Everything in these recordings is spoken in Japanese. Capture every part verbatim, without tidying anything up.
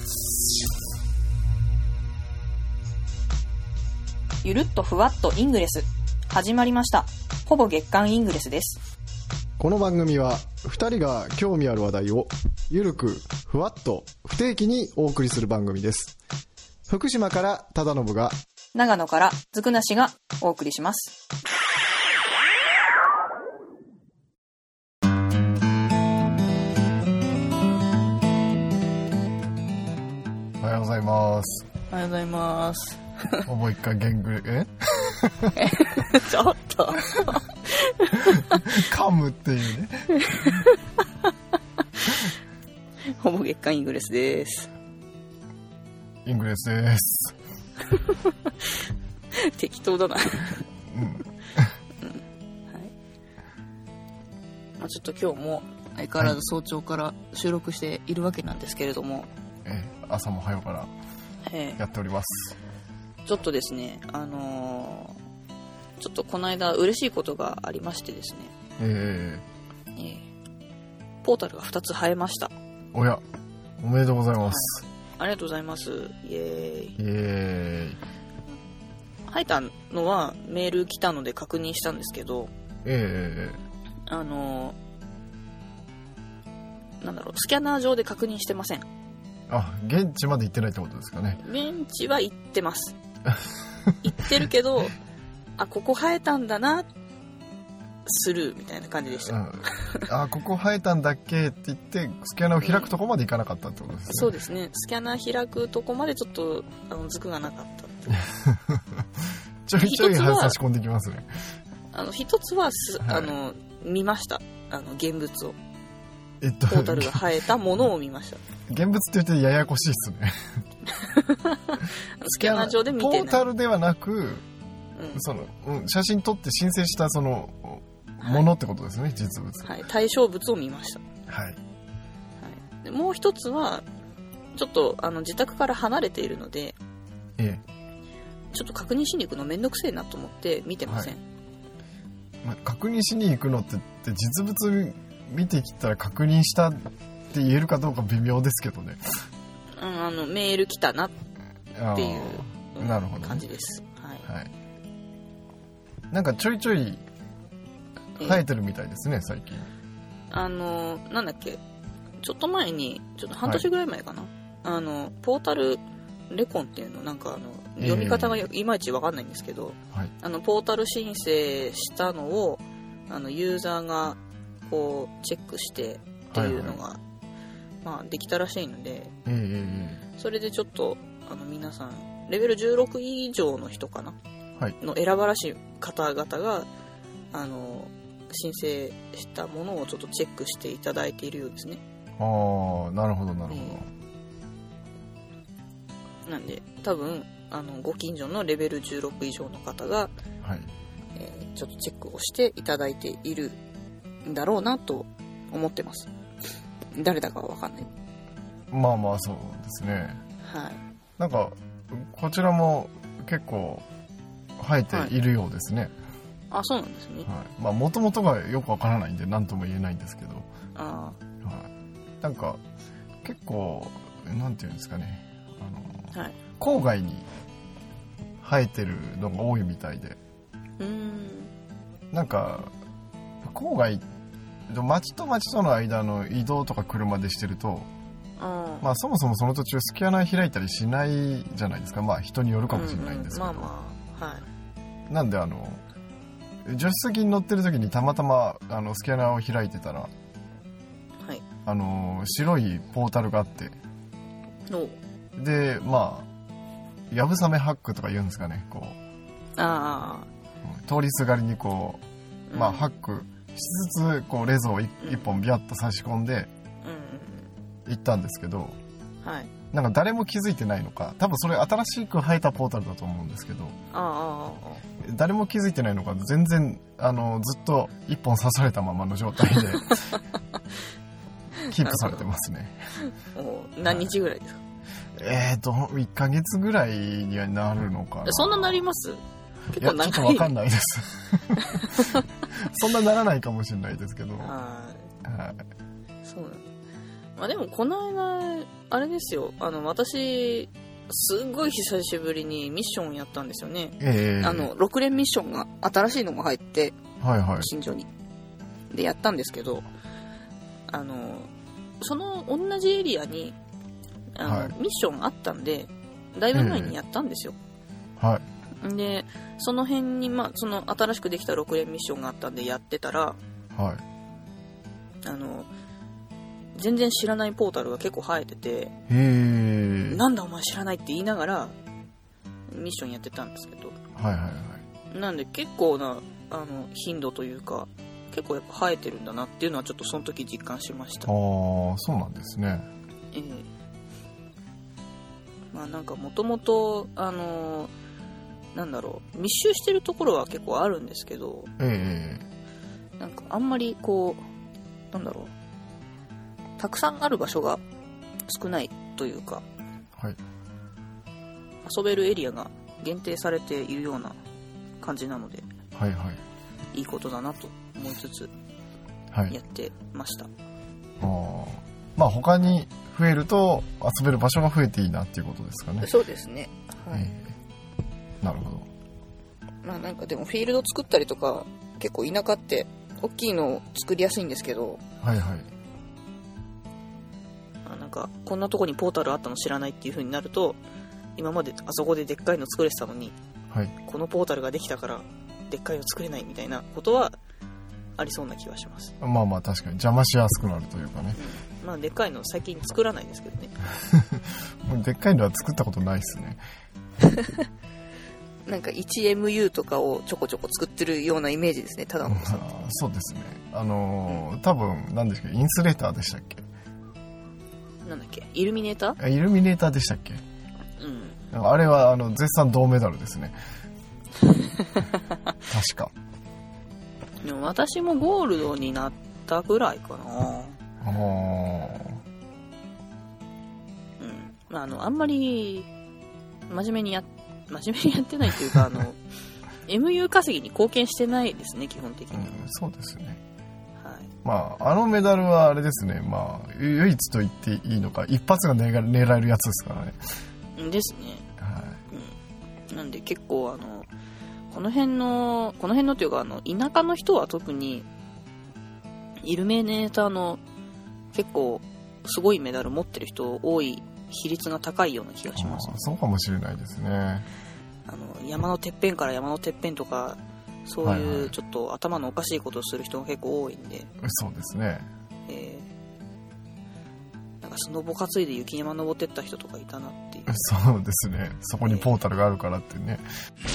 ゆるっとふわっとイングレス始まりました。ほぼ月刊イングレスです。 この番組はふたりが興味ある話題をゆるくふわっと不定期にお送りする番組です。福島から忠信が、 長野からずくなしがお送りします。 おはようございます。 おはようございます。 もう一回ゲングレえちょっと噛むっていうね。 ほぼ月刊イングレスです。 イングレスです。 適当だな。うんうん、はい。まあ、ちょっと今日も相変わらず早朝から収録しているわけなんですけれども、はい、 え朝も早うからやっております。 ちょっとですね、あのー、ちょっとこの間嬉しいことがありましてですね、えーえー、ポータルがふたつ生えました。 おや、おめでとうございます。 はい、ありがとうございます。イエーイ。 イエーイ。 生えたのはメール来たので確認したんですけど、 えー、あのー、なんだろう、スキャナー上で確認してません。 あ、現地まで行ってないってことですかね。 現地は行ってます。行ってるけど、あ、ここ生えたんだな、スルーみたいな感じでした。うん、 あ、ここ生えたんだっけって言ってスキャナーを開くとこまで行かなかったってことですね。 そうですね。スキャナー開くとこまでちょっとあの図がなかったっていう。 ちょいちょい差し込んできますね。 あの一つはす、はい、あの見ました。あの現物を。 えっと、 ポータルが生えたものを見ました。 現物って言ってややこしいっすね。 スキャナー上で見てない。 ポータルではなく、うん、その、うん、写真撮って申請したそのものってことですね、はい、実物。 はい、対象物を見ました。 はい。はい、 でもう一つはちょっとあの自宅から離れているので、 ええ、 ちょっと確認しに行くのめんどくせえなと思って見てません。はい、 まあ、確認しに行くのってって実物見てきたら確認したって言えるかどうか微妙ですけどね。うん、 あのメール来たなっていうなるほど、ね、 感じです。はい。はい、 なんかちょいちょい生えてるみたいですね、最近。 あのなんだっけ、ちょっと前にちょっと半年ぐらい前かな、はい、あのポータルレコンっていうのなんかあの読み方がいまいち分かんないんですけど、えーはい、あのポータル申請したのをあのユーザーがこうチェックしてっていうのが、はいはい、まあ、できたらしいので、 えー、 それでちょっとあの皆さんレベルじゅうろく以上の人かな、はい、の選ばらしい方々があの申請したものをちょっとチェックしていただいているようですね。 ああ、なるほどなるほど、 えー、なんで多分あのご近所のレベルじゅうろく以上の方が、はい、えー、ちょっとチェックをしていただいているんだろうなと思ってます。誰だかは分かんない。 まあまあそうですね。 はい。 なんかこちらも結構生えているようですね。はい、 あ、そうなんですね。 はい、まあ元々がよくわからないんで何とも言えないんですけど、 あ、 はい、なんか結構なんていうんですかね、あの、はい、郊外に生えてるのが多いみたいで、 うーん、 なんか郊外町と町との間の移動とか車でしてると、 あ、 まあそもそもその途中スキャナー開いたりしないじゃないですか。まあ人によるかもしれないんですけど、 うんうん、まあまあ、はい、 なんであの助手席に乗ってる時にたまたまあのスキャナーを開いてたら、はい、あの白いポータルがあって、でまあやぶさめハックとか言うんですかね、こう、 あ、 通りすがりにこう、まあ、うん、ハックしつつこうレゾを一本ビャッと差し込んで行ったんですけど、 はい、 なんか誰も気づいてないのか、多分それ新しく生えたポータルだと思うんですけど、 ああ、 誰も気づいてないのか全然あのずっと一本刺されたままの状態でキープされてますね。 お、何日ぐらいですか？ えーといっかげつぐらいにはなるのかな。 そんななります？ 結構長い。いやちょっと分かんないですそんなならないかもしれないですけど、 はい、 はい、 そうなんだ。 まあでもこの間あれですよ、あの私すっごい久しぶりにミッションやったんですよね。えー、あのろく連ミッションが新しいのが入って、はいはい、新所にでやったんですけど、あのその同じエリアにあの、はい、ミッションあったんでだいぶ前にやったんですよ。えー、はいでその辺に、まあ、その新しくできたろく連ミッションがあったんでやってたら、はい、あの全然知らないポータルが結構生えてて、へー、なんだお前知らないって言いながらミッションやってたんですけど、はいはいはい、なんで結構なあの頻度というか結構やっぱ生えてるんだなっていうのはちょっとその時実感しました。 ああ、そうなんですね。ええー、 まあなんかもともとあのなんだろう密集してるところは結構あるんですけど、ええー、なんかあんまりこうなんだろうたくさんある場所が少ないというか、はい、遊べるエリアが限定されているような感じなので、はいはい、いいことだなと思いつつやってました。はい、 あまあ他に増えると遊べる場所が増えていいなっていうことですかね。 そうですね。はい。えー、なるほど。 まあなんかでもフィールド作ったりとか結構田舎って大きいのを作りやすいんですけど、はいはい。なんかこんなとこにポータルあったの知らないっていう風になると今まであそこででっかいの作れてたのに、はい、このポータルができたからでっかいの作れないみたいなことはありそうな気がします。 まあまあ確かに邪魔しやすくなるというかね、 うん、まあでっかいの最近作らないですけどねもうでっかいのは作ったことないですねなんか ワンエムユー とかをちょこちょこ作ってるようなイメージですね。ただのさそうですね。あのーうん、多分何ですかインスレーターでしたっけなんだっけイルミネーターイルミネーターでしたっけ、うん、あれはあの絶賛銅メダルですね確か。 でも私もゴールドになったぐらいかな。あ、うん、まああのあんまり真面目にや真面目にやってないっていうかあのエムユー 稼ぎに貢献してないですね基本的に、うん、 そうですね。まあ、あのメダルはあれですね、まあ、唯一と言っていいのか一発が狙えるやつですからね。 ですね、はい、うん、なんで結構あのこの辺のこの辺のというかあの田舎の人は特にイルミネーターの結構すごいメダル持ってる人多い比率が高いような気がします、ね、 そうかもしれないですね。 あの山のてっぺんから山のてっぺんとかそういうちょっと頭のおかしいことをする人が結構多いんで、はいはい、 そうですね、 えー、なんかスノボ担いで雪山登ってった人とかいたなっていう。 そうですね。そこにポータルがあるからってね、え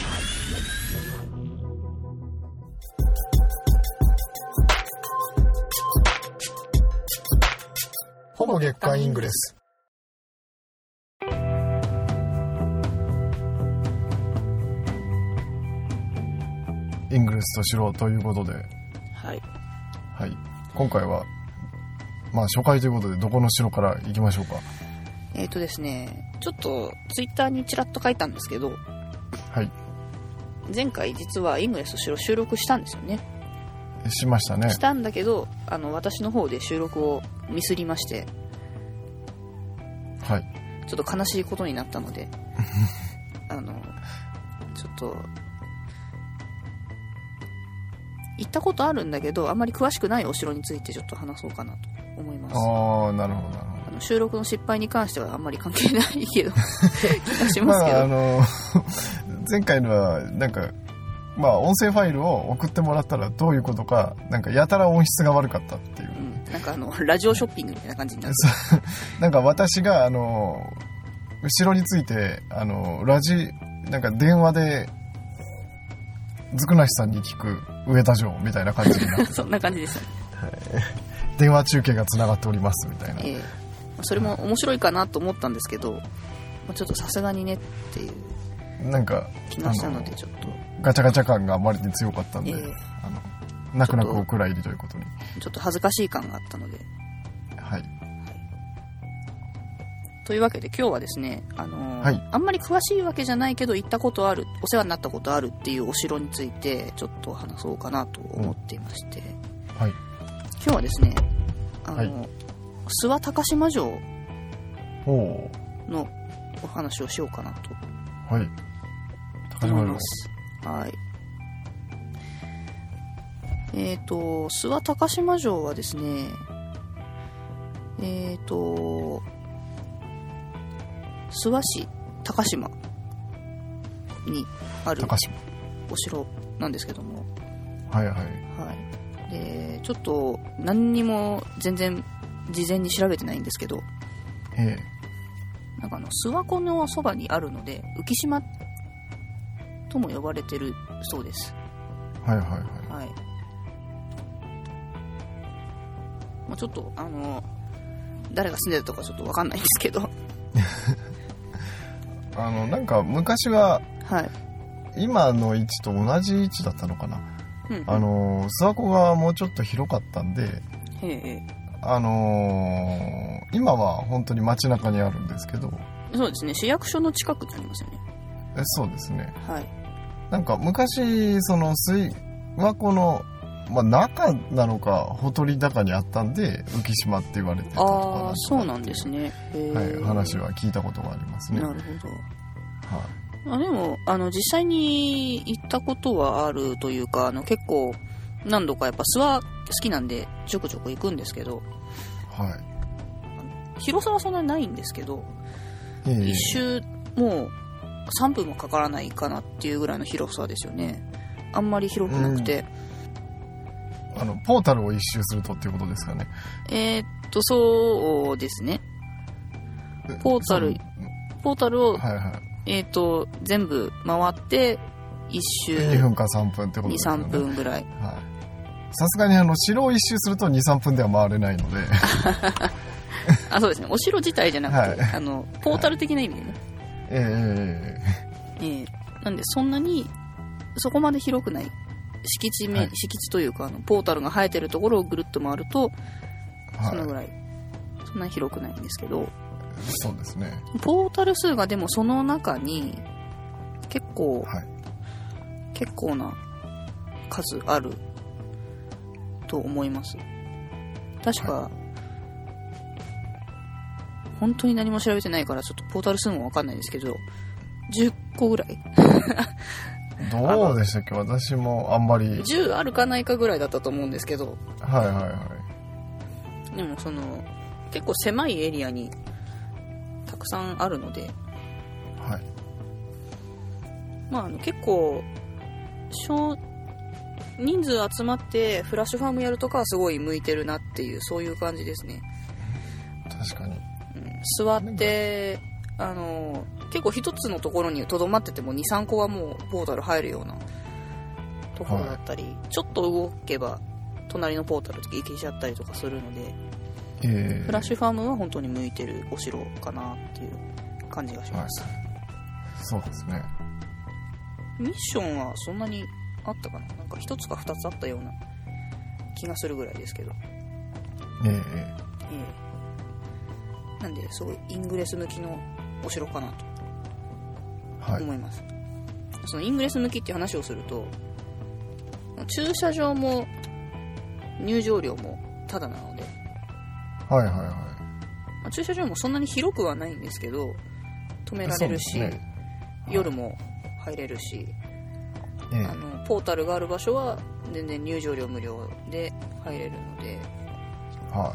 ー、ほぼ月刊イングレス。イングレスと城ということで、はい、はい、今回はまあ初回ということでどこの城から行きましょうか。 えっとですね、ちょっとツイッターにちらっと書いたんですけど、はい、前回実はイングレスと城収録したんですよね。 しましたね。 したんだけどあの私の方で収録をミスりまして、はい、ちょっと悲しいことになったのであのちょっと行ったことあるんだけどあんまり詳しくないお城についてちょっと話そうかなと思います。 ああ、なるほどなるほど。 あの収録の失敗に関してはあんまり関係ないけど気がしますけど、 まあ、あの前回のはなんかまあ音声ファイルを送ってもらったらどういうことかなんかやたら音質が悪かったっていう、 うん、なんかあのラジオショッピングみたいな感じになるなんか私があの城についてあのラジなんか電話でずくなしさんに聞く上田城みたいな感じになってそんな感じですよね、 はい、電話中継がつながっておりますみたいな、えー、 それも面白いかなと思ったんですけど、はい、ちょっとさすがにねっていうなんか気がしたのでちょっとガチャガチャ感があまりに強かったんで、えー、あの泣く泣くお蔵入りということにちょっと恥ずかしい感があったので、 はい、はい、 というわけで今日はですね、あのーはい、あんまり詳しいわけじゃないけど行ったことあるお世話になったことあるっていうお城についてちょっと話そうかなと思っていまして、はい、今日はですねあの、はい、 諏訪高島城おのお話をしようかなとはい高島城はい。えっ、ー、と諏訪高島城はですね、えっ、ー、と諏訪市高島にあるお城なんですけども、 はいはいはい。でちょっと何にも全然事前に調べてないんですけど、 ええ、なんかあの諏訪湖のそばにあるので浮島とも呼ばれてるそうです。 はいはいはい。 はい。まあ、ちょっとあの誰が住んでたとかちょっと分かんないんですけどあのなんか昔は、 はい、 今の位置と同じ位置だったのかな、うんうん、あの諏訪湖がもうちょっと広かったんで、 へえ、 あのー、今は本当に街中にあるんですけど、 そうですね、市役所の近くにありますよね。 えそうですね、 はい。 なんか昔その諏訪湖の、まあ、中なのかほとり高にあったんで浮島って言われてたとか、 ああそうなんですね、 はい、話は聞いたことがありますね。 なるほど。 はい、 あでもあの実際に行ったことはあるというか、あの結構何度かやっぱ諏訪好きなんでちょくちょく行くんですけど、 はい、 広さはそんなにないんですけど、 えー、 一周もうさんぷんもかからないかなっていうぐらいの広さですよね。あんまり広くなくて、 うん、あのポータルを一周するとっていうことですかね。 えー、っとそうですね、ポータルポータルを、はいはい、えー、っと全部回って一周にふんかさんぷんってことですよね。 にさんぷんぐらい。 さすがにあの城を一周すると にさんぷんでは回れないのであ、そうですね、お城自体じゃなくて、はい、あのポータル的な意味でね、 えーえー、なんでそんなにそこまで広くない敷地面、はい、敷地というかあのポータルが生えてるところをぐるっと回ると、はい、そのぐらいそんなに広くないんですけど、 そうですね、 ポータル数がでもその中に結構、はい、結構な数あると思います。確か、はい、本当に何も調べてないからちょっとポータル数も分かんないですけどじゅっこぐらいどうでしたっけ、私もあんまりじゅうあるかないかぐらいだったと思うんですけど、 はいはいはい。 でもその結構狭いエリアにたくさんあるので、 はい、 まあ、あの結構少人数集まってフラッシュファームやるとかはすごい向いてるなっていう、そういう感じですね。 確かに、 うん、座ってあの結構一つのところにとどまってても にさんこはもうポータル入るようなところだったり、はい、ちょっと動けば隣のポータル行けちゃったりとかするので、 えー、 フラッシュファームは本当に向いてるお城かなっていう感じがします、はい、 そうですね。 ミッションはそんなにあったかな、なんか一つか二つあったような気がするぐらいですけど、 えー、 えー、なんですごいイングレス向きのお城かなと思います、はい、そのイングレス向きっていう話をすると、駐車場も入場料もタダなので、 はいはいはい、 まあ、駐車場もそんなに広くはないんですけど止められるし、ね、夜も入れるし、 ええ、 あのポータルがある場所は全然入場料無料で入れるので、 はい、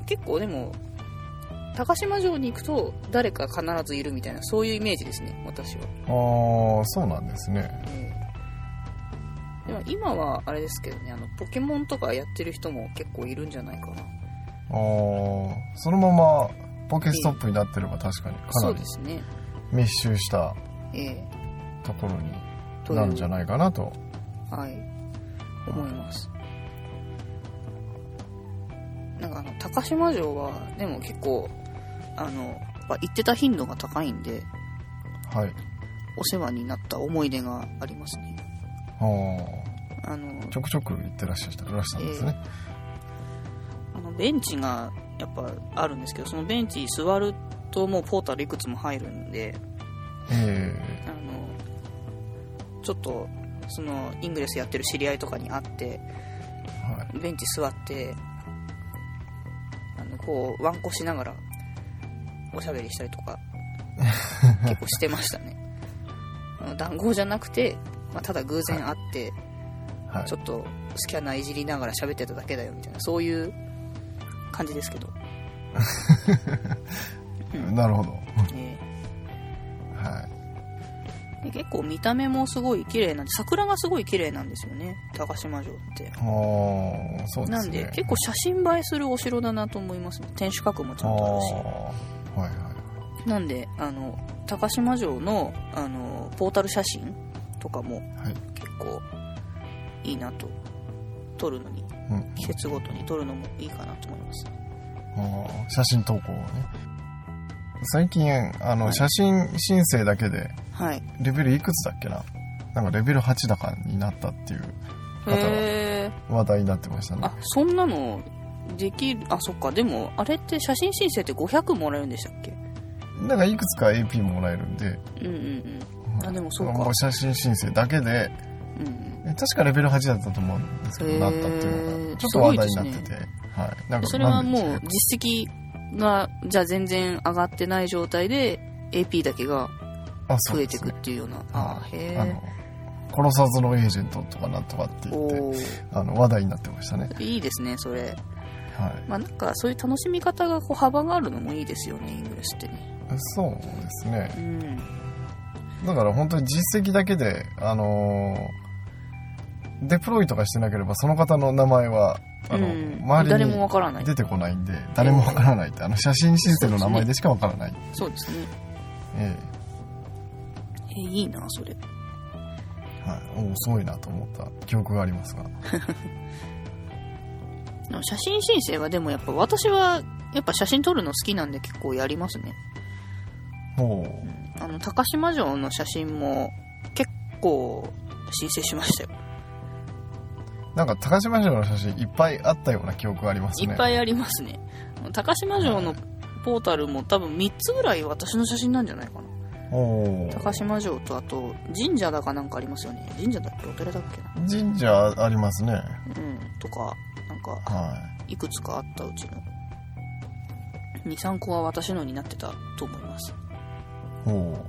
結構でも高島城に行くと誰か必ずいるみたいな、そういうイメージですね、私は。 ああ、そうなんですね、 えー、でも今はあれですけどね、あのポケモンとかやってる人も結構いるんじゃないかな。ああ、 そのままポケストップになってれば確かにかなり密集したところになるんじゃないかなと、 はい思います。なんかあの高島城はでも結構あの行ってた頻度が高いんで、 はい、 お世話になった思い出がありますね。 ああのちょくちょく行ってらっしゃったんですね、 えー、あのベンチがやっぱあるんですけど、そのベンチ座るともうポータルいくつも入るんで、 えー、 あのちょっとそのイングレスやってる知り合いとかに会って、 はい、 ベンチ座ってあのこうワンコしながらおしゃべりしたりとか結構してましたね。あの談合じゃなくて、まあ、ただ偶然会って、はい、ちょっとスキャナーいじりながら喋ってただけだよみたいな、そういう感じですけど。 うん、なるほど。 えー、はい。 で結構見た目もすごい綺麗なんで、桜がすごい綺麗なんですよね、高島城って。 ああ、そうですね。 なんで結構写真映えするお城だなと思いますね。天守閣もちゃんとあるし。 はいはい。 なんであの高島城のあのポータル写真とかも結構いいなと、撮るのに、うん、季節ごとに撮るのもいいかなと思います。 あ、写真投稿ね。最近あの、はい、写真申請だけでレベルいくつだっけな、なんかレベルはちだかになったっていう方が話題になってましたね。 あ、そんなのできる。あ、そっか。でもあれって写真申請ってごひゃくもらえるんでしたっけ？ なんかいくつか エーピー もらえるんで、 うんうんうん。あ、でもそうか。 もう写真申請だけで、うん、確かレベルはちだったと思うんですけど、なったっていうのがちょっと話題になってて、ね、はい。なんかそれはもう実績がじゃあ全然上がってない状態で エーピー だけが増えていくっていうような。あ、 あ、へえ。あの殺さずのエージェントとかなんとかって言ってあの話題になってましたね。 いいですねそれ。 はい。 まあなんかそういう楽しみ方がこう幅があるのもいいですよね、イングレスってね。 そうですね。 うん。 だから本当に実績だけであのー、デプロイとかしてなければその方の名前はあの、うん、周りに出てこないんで誰もわからないって、あの写真申請の名前でしかわからない。 そうですね。 えええー、いいなそれ。 はい、おすごいなと思った記憶がありますが。 写真申請はでもやっぱ私はやっぱ写真撮るの好きなんで結構やりますね。 ほう。 あの高島城の写真も結構申請しましたよ。 なんか高島城の写真いっぱいあったような記憶がありますね。 いっぱいありますね。高島城のポータルも多分みっつぐらい私の写真なんじゃないかな。 お高島城とあと神社だかなんかありますよね。神社だっけお寺だっけな。 神社ありますね。 うんとかなんか、はい、いくつかあったうちのにさんこは私のになってたと思います。 お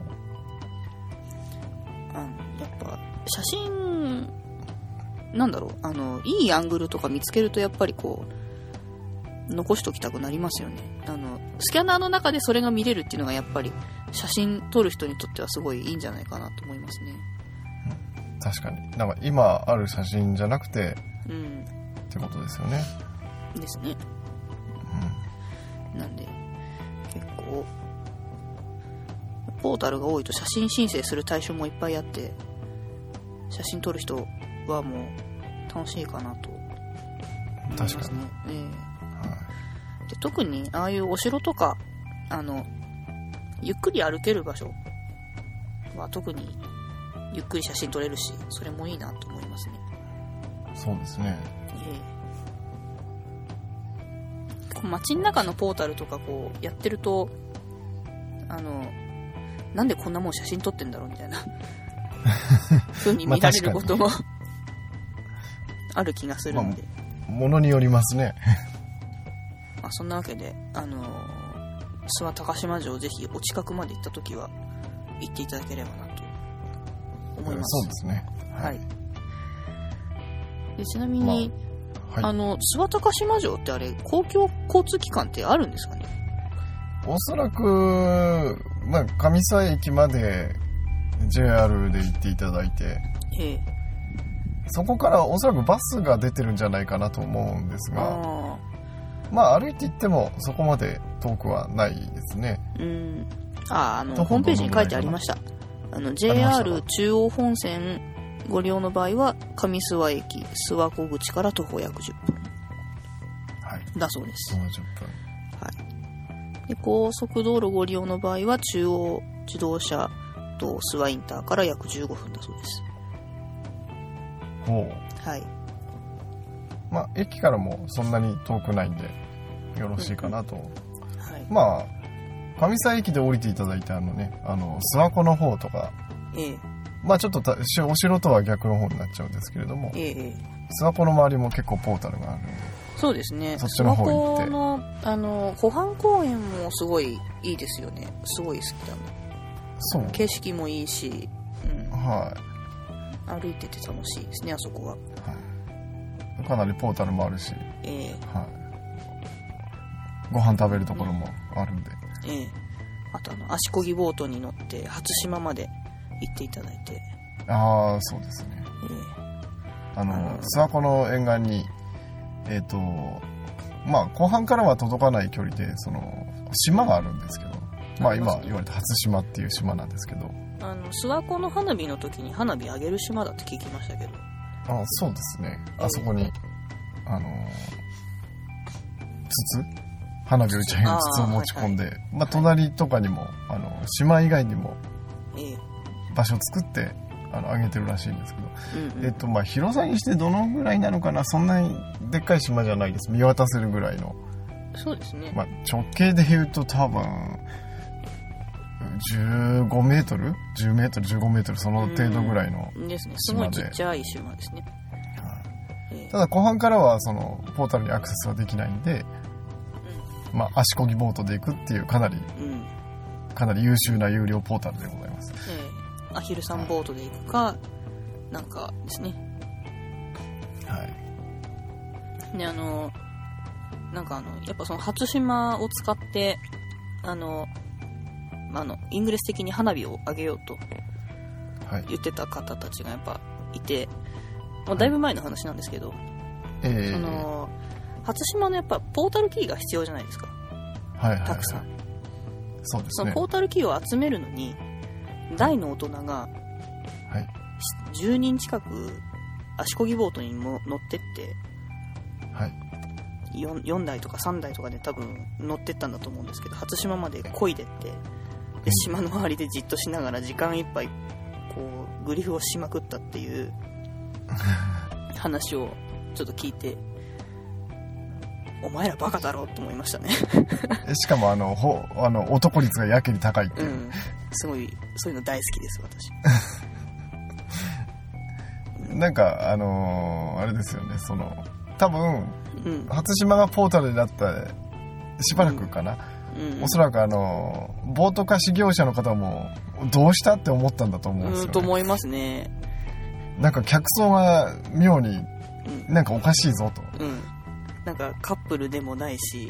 あのやっぱ写真なんだろう、あのいいアングルとか見つけるとやっぱりこう残しときたくなりますよね。あのスキャナーの中でそれが見れるっていうのがやっぱり写真撮る人にとってはすごいいいんじゃないかなと思いますね。 うん、確かになんか今ある写真じゃなくて、 うん、 ってことですよね。 ですね。うん、なんで結構ポータルが多いと写真申請する対象もいっぱいあって写真撮る人はもう楽しいかなと思いますね。 確かに、 えーはい、で特にああいうお城とかあのゆっくり歩ける場所は特にゆっくり写真撮れるしそれもいいなと思いますね。 そうですね。 えー、街の中のポータルとかこうやってるとあのなんでこんなもん写真撮ってんだろうみたいな風に見られることもある気がするんで、 まあ、ものによりますね。 まあそんなわけであの諏訪高島城ぜひお近くまで行った時は行っていただければなと思います。 そうですね。 はい。でちなみに、まあはい、あの諏訪高島城ってあれ公共交通機関ってあるんですかね。 おそらくまあ上総駅まで ジェイアール で行っていただいて、 ええ、 そこからおそらくバスが出てるんじゃないかなと思うんですが、 あまあ歩いて行ってもそこまで遠くはないですね。 うん。ああ、あのホームページに書いてありました。あの ジェイアール 中央本線ご利用の場合は上諏訪駅諏訪湖口から徒歩約じゅっぷん、はい、だそうです。 じゅっぷん。 はい。で高速道路ご利用の場合は中央自動車道諏訪インターから約じゅうごふんだそうです。 ほう。はい。 まあ駅からもそんなに遠くないんでよろしいかなと。うんうん、はい。まあ上総駅で降りていただいてあのねあの諏訪湖の方とか。 ええ。 まあちょっとたお城とは逆の方になっちゃうんですけれども、 ええ、 諏訪湖の周りも結構ポータルがあるんで、 そうですね。 そっちの方に行って。 の、あの、湖畔公園もすごいいいですよね。すごい好きだね。 そう。 景色もいいし、 うん。はい。 歩いてて楽しいですね、あそこは。はい。 かなりポータルもあるし。 ええー。 はい。ご飯食べるところもあるんで。 ええー。あとあの、足漕ぎボートに乗って初島まで行っていただいて。 ああ、そうですね。ええー。あの、諏訪湖の沿岸に、えっ、ー、と、まあ、後半からは届かない距離で、その、島があるんですけど、まあ今言われた初島っていう島なんですけど。 あの、諏訪湖の花火の時に花火上げる島だって聞きましたけど。 あ、そうですね。あそこに、あの、筒花火打ち上げる筒を持ち込んで、あ、はいはい、まあ隣とかにも、あの、島以外にも、場所を作って、あの上げてるらしいんですけど、うんうん、えっとまあ広さにしてどのぐらいなのかな、そんなにでっかい島じゃないです。見渡せるぐらいの。 そうですね。 まあ直径で言うと多分じゅうごメートル、じゅうメートル、じゅうごメートルその程度ぐらいの島で、 ですね。すごいちっちゃい島ですね。 はい、ただ後半からはそのポータルにアクセスはできないんで、うん、まあ足漕ぎボートで行くっていうかなり、うん、かなり優秀な有料ポータルでございます。 えーアヒルさんボートで行くかなんかですね。はいであのなんかあのやっぱその初島を使ってあのあのイングレス的に花火を上げようと言ってた方たちがやっぱいて、もうだいぶ前の話なんですけど、はい、その初島のやっぱポータルキーが必要じゃないですか。 はいはいはい、 たくさん。 そうですね。 そのポータルキーを集めるのに大の大人がじゅうにん近く足漕ぎボートにも乗ってって、はい、よん, よんだいとかさんだいとかで多分乗ってったんだと思うんですけど、初島まで漕いでってで島の周りでじっとしながら時間いっぱいこうグリフをしまくったっていう話をちょっと聞いて、お前らバカだろって思いましたねしかもあのほあの男率がやけに高いっていう、うん、 すごいそういうの大好きです私なんかあのー、あれですよね、その多分、うん、初島がポータルになったしばらくかな、うんうん、おそらくあのー、ボート貸し業者の方もどうしたって思ったんだと思うんですよね。 うんと思いますね。 なんか客層が妙になんかおかしいぞと、 うん、なんかカップルでもないし、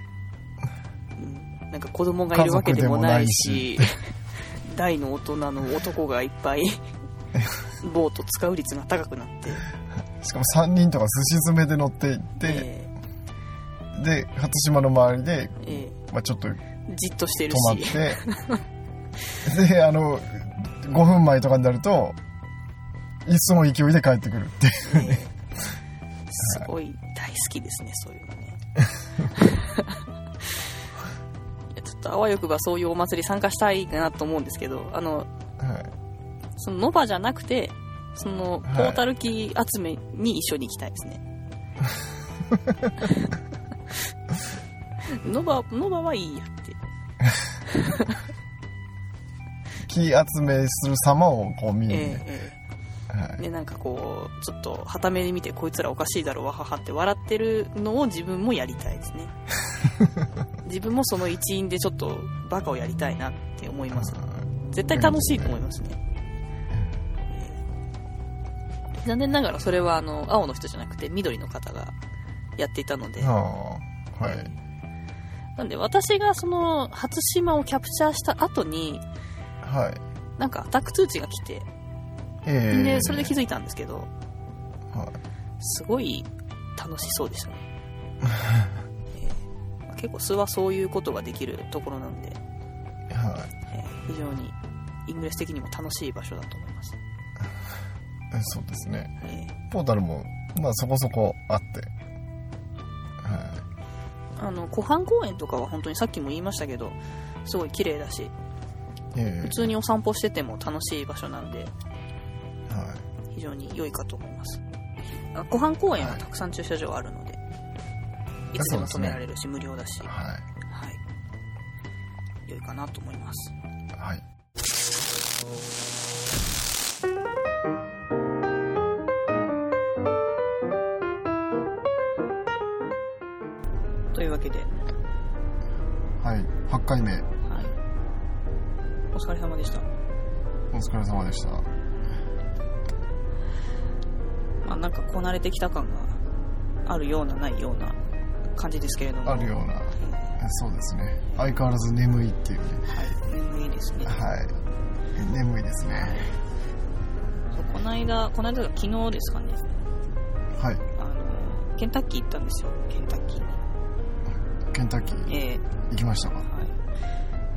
うん、なんか子供がいるわけでもないし大の大人の男がいっぱいボート使う率が高くなって、 しかもさんにんとか寿司詰めで乗っていって、えー、で初島の周りで、えーまあ、ちょっとじっとしてるし止まってであのごふんまえとかになるといつも勢いで帰ってくるっていうね、えー、 すごい大好きですねそういうのねいやちょっとあわよくばそういうお祭り参加したいなと思うんですけど、あの、はい、そのノバじゃなくてそのポータルキー集めに一緒に行きたいですね、はい、ノバノバはいいやってキー集めする様をこう見る、ね、 えーえーはい、でなんかこうちょっと傍目で見てこいつらおかしいだろわははって笑ってるのを自分もやりたいですね自分もその一員でちょっとバカをやりたいなって思います。絶対楽しいと思いますね。残念ながらそれはあの青の人じゃなくて緑の方がやっていたので、 はい、 なんで私がその初島をキャプチャーした後に、はい、なんかアタック通知が来て、えー、でそれで気づいたんですけど、はい、すごい楽しそうでしたね、えー、結構諏訪そういうことができるところなんで、はいえー、非常にイングレス的にも楽しい場所だと思います。 そうですね、えー、ポータルもまあそこそこあって、 はい、あの湖畔公園とかは本当にさっきも言いましたけどすごい綺麗だし、えー、普通にお散歩してても楽しい場所なんで、はい、非常に良いかと思います。湖畔公園はたくさん駐車場あるので、はい、いつでも止められるし、ね、無料だし、はいはい、良いかなと思います。はい。 わけで、 はい、はちかいめ、はい、 お疲れ様でした。 お疲れ様でした。 まあなんかこなれてきた感があるようなないような感じですけれども、 あるような、えー、そうですね。相変わらず眠いっていうね。 はい、眠いですね。 はい、眠いですね。はい、 そうこの間この間が昨日ですかね。 はい。 あのケンタッキー行ったんですよ。ケンタッキーに。 ケンタッキー。ええー、行きましたか。はい。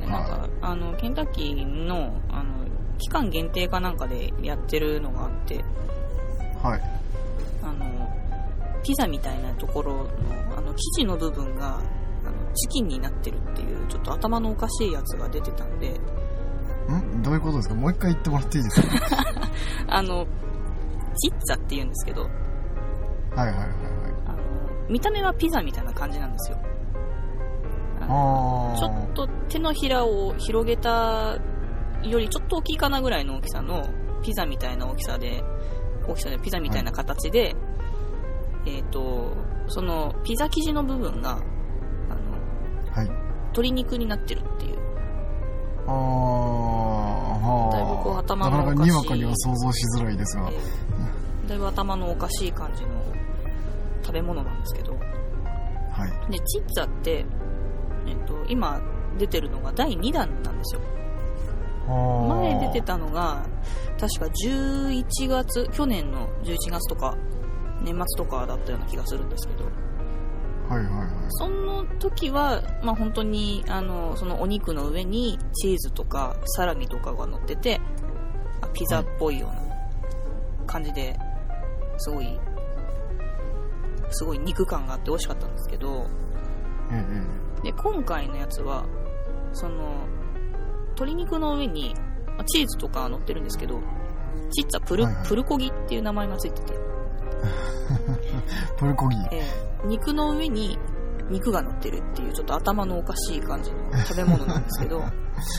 でなんか、はい、あのケンタッキーのあの期間限定かなんかでやってるのがあって。 はい。 あのピザみたいなところのあの生地の部分があのチキンになってるっていうちょっと頭のおかしいやつが出てたんで。 んどういうことですか。もう一回言ってもらっていいですか。 あのチッツァって言うんですけど、はいはいはいはい、 あの見た目はピザみたいな感じなんですよ。あのあちょっと手のひらを広げたよりちょっと大きいかなぐらいの大きさのピザみたいな大きさで大きさでピザみたいな形で、はい、えっとそのピザ生地の部分があの、はい、鶏肉になってるっていう。 ああ、 だいぶこう頭のおかしい。 なかなかにわかには想像しづらいですが、えー、だいぶ頭のおかしい感じの食べ物なんですけど、はい、でチッツァって、えっと、今出てるのがだいにだんなんですよ。前出てたのが確かじゅういちがつ、去年のじゅういちがつとか年末とかだったような気がするんですけど、 はいはいはい、 その時は、まあ、本当にあのそのお肉の上にチーズとかサラミとかが乗っててピザっぽいような感じで、すごいすごい肉感があって美味しかったんですけど、 うんうん、 で今回のやつはその鶏肉の上にチーズとか乗ってるんですけど、チッツァプル、はいはい、プルコギっていう名前がついててプルコギ、 えー、肉の上に肉が乗ってるっていうちょっと頭のおかしい感じの食べ物なんですけど、はい、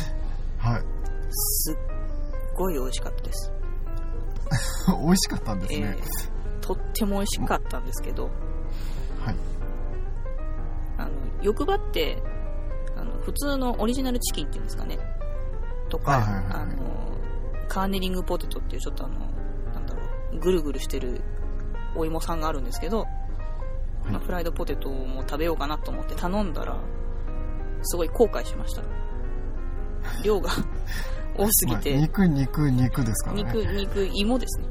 すっごい美味しかったです美味しかったんですね、えー、とっても美味しかったんですけど、はい、あの欲張ってあの普通のオリジナルチキンっていうんですかねとか、はいはいはい、あのカーネリングポテトっていうちょっとあのなんだろうぐるぐるしてるお芋さんがあるんですけど、はいまあ、フライドポテトも食べようかなと思って頼んだらすごい後悔しました。量が多すぎて、 まあ、肉肉肉ですからね。 肉肉芋ですね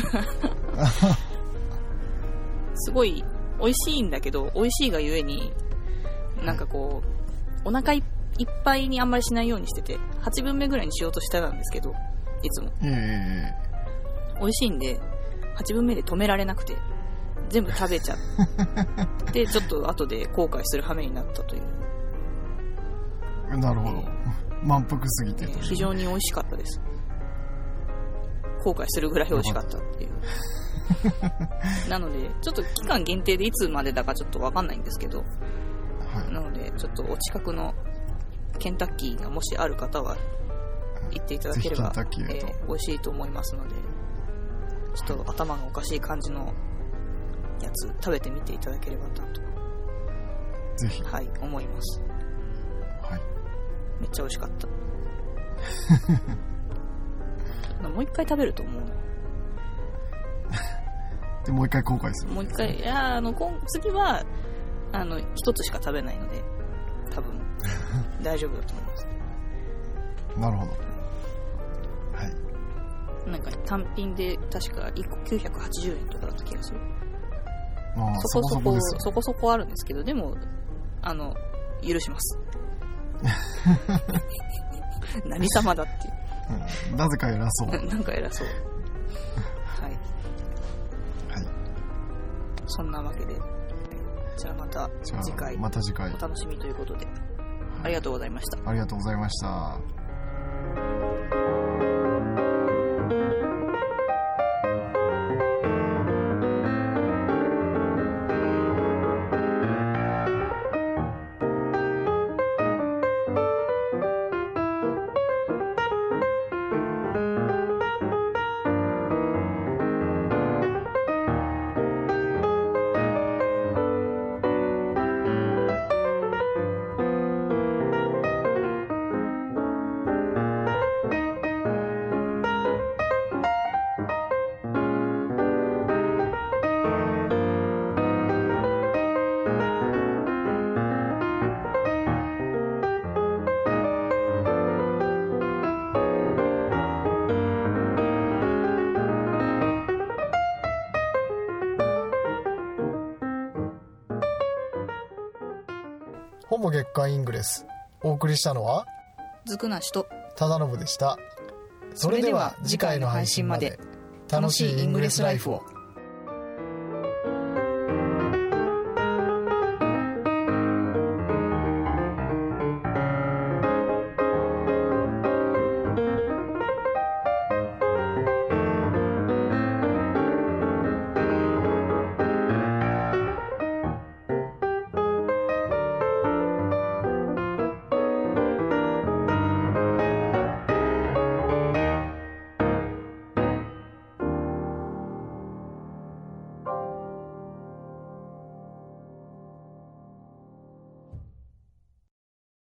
すごい美味しいんだけど美味しいがゆえになんかこうお腹いっぱいにあんまりしないようにしててはちぶんめぐらいにしようとしてたんですけどいつも、 えー、美味しいんではちぶんめで止められなくて全部食べちゃってちょっと後で後悔する羽目になったという。 なるほど、えー、満腹すぎて、 えー、非常に美味しかったです。後悔するぐらい美味しかったっていうなのでちょっと期間限定でいつまでだかちょっと分かんないんですけど、はい、なのでちょっとお近くのケンタッキーがもしある方は行っていただければ、えー、美味しいと思いますのでちょっと頭がおかしい感じのやつ食べてみていただければなとぜひ、 はい、思います。 はい、 めっちゃ美味しかったもう一回食べると思うでもう一回後悔する。 もう一回いやあの今次はあの一つしか食べないので多分大丈夫だと思いますなるほど。はい。 なんか単品で確かいっこきゅうひゃくはちじゅうえんとかだった気がする。 まあ、 そこそこそこそこそこそこあるんですけど、でもあの許します何様だっていう、 うん、なぜか偉そうなんか偉そうはいはい。 そんなわけでじゃあまた次回また次回お楽しみということで、ありがとうございました。 ありがとうございました。 ほぼ月刊イングレス。お送りしたのはずくなしと忠信でした。それでは次回の配信まで楽しいイングレスライフを。